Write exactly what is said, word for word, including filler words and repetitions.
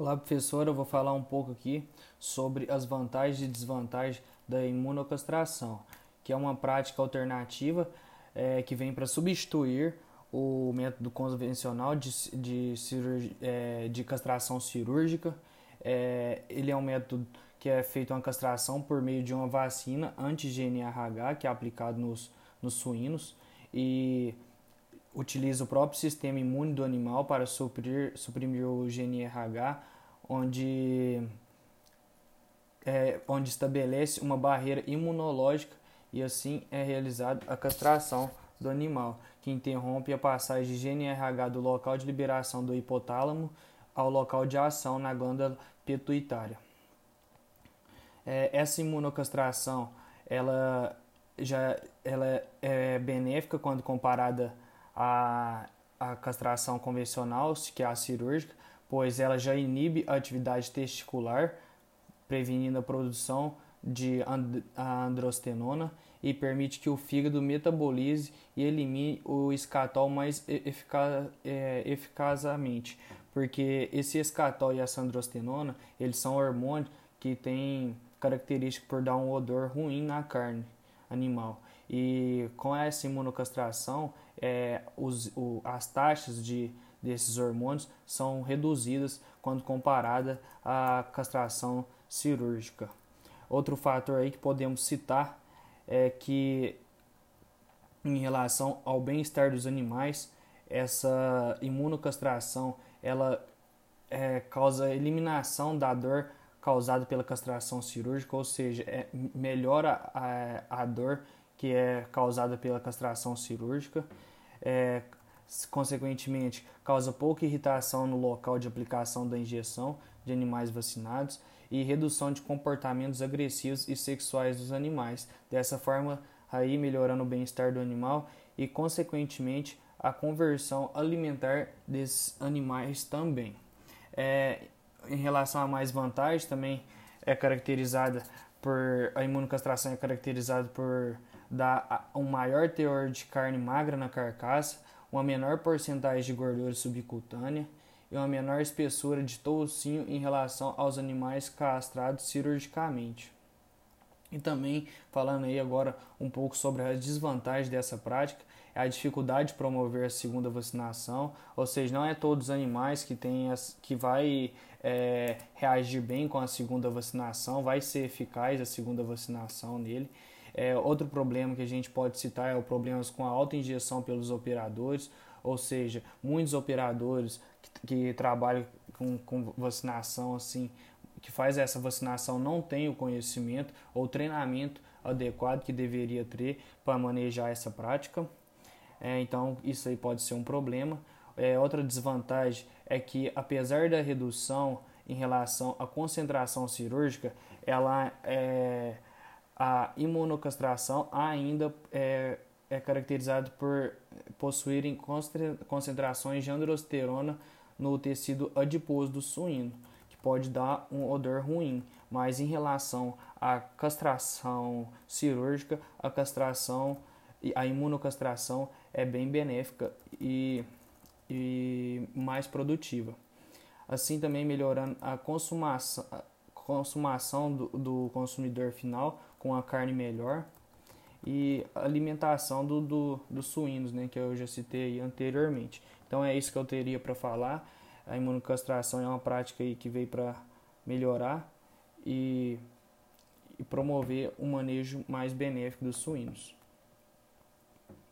Olá, professora. Eu vou falar um pouco aqui sobre as vantagens e desvantagens da imunocastração, que é uma prática alternativa é, que vem para substituir o método convencional de, de, cirurgi, é, de castração cirúrgica. É, ele é um método que é feito uma castração por meio de uma vacina anti-G N R H, que é aplicado nos, nos suínos, e utiliza o próprio sistema imune do animal para suprir, suprimir o G N R H, onde, é, onde estabelece uma barreira imunológica e assim é realizada a castração do animal, que interrompe a passagem de G N R H do local de liberação do hipotálamo ao local de ação na glândula pituitária. É, essa imunocastração ela já ela é benéfica quando comparada à, à castração convencional, que é a cirúrgica, pois ela já inibe a atividade testicular, prevenindo a produção de androstenona e permite que o fígado metabolize e elimine o escatol mais eficaz, é, eficazmente, porque esse escatol e essa androstenona, eles são hormônios que têm característica por dar um odor ruim na carne animal. E com essa imunocastração, é, os, o, as taxas de, desses hormônios são reduzidas quando comparada à castração cirúrgica. Outro fator aí que podemos citar é que, em relação ao bem-estar dos animais, essa imunocastração ela é, causa a eliminação da dor causada pela castração cirúrgica, ou seja, é, melhora a, a dor que é causada pela castração cirúrgica, é, consequentemente causa pouca irritação no local de aplicação da injeção de animais vacinados e redução de comportamentos agressivos e sexuais dos animais, dessa forma aí melhorando o bem-estar do animal e consequentemente a conversão alimentar desses animais também. É, em relação a mais vantagens, também é caracterizada por a imunocastração é caracterizada por dar um maior teor de carne magra na carcaça, uma menor porcentagem de gordura subcutânea e uma menor espessura de toucinho em relação aos animais castrados cirurgicamente. E também, falando aí agora um pouco sobre as desvantagens dessa prática, é a dificuldade de promover a segunda vacinação, ou seja, não é todos os animais que, tem as, que vai é, reagir bem com a segunda vacinação, vai ser eficaz a segunda vacinação nele. É, outro problema que a gente pode citar é o problema com a autoinjeção pelos operadores, ou seja, muitos operadores que, que trabalham com, com vacinação assim, que faz essa vacinação não tem o conhecimento ou treinamento adequado que deveria ter para manejar essa prática. É, então isso aí pode ser um problema. É, outra desvantagem é que, apesar da redução em relação à concentração cirúrgica, ela é, a imunocastração ainda é, é caracterizada por possuírem concentrações de androsterona no tecido adiposo do suíno, que pode dar um odor ruim. Mas em relação à castração cirúrgica, a castração a imunocastração é bem benéfica e, e mais produtiva. Assim também melhorando a consumação, a consumação do, do consumidor final com a carne melhor e a alimentação do, do, dos suínos, né, que eu já citei anteriormente. Então é isso que eu teria para falar. A imunocastração é uma prática aí que veio para melhorar e, e promover um manejo mais benéfico dos suínos.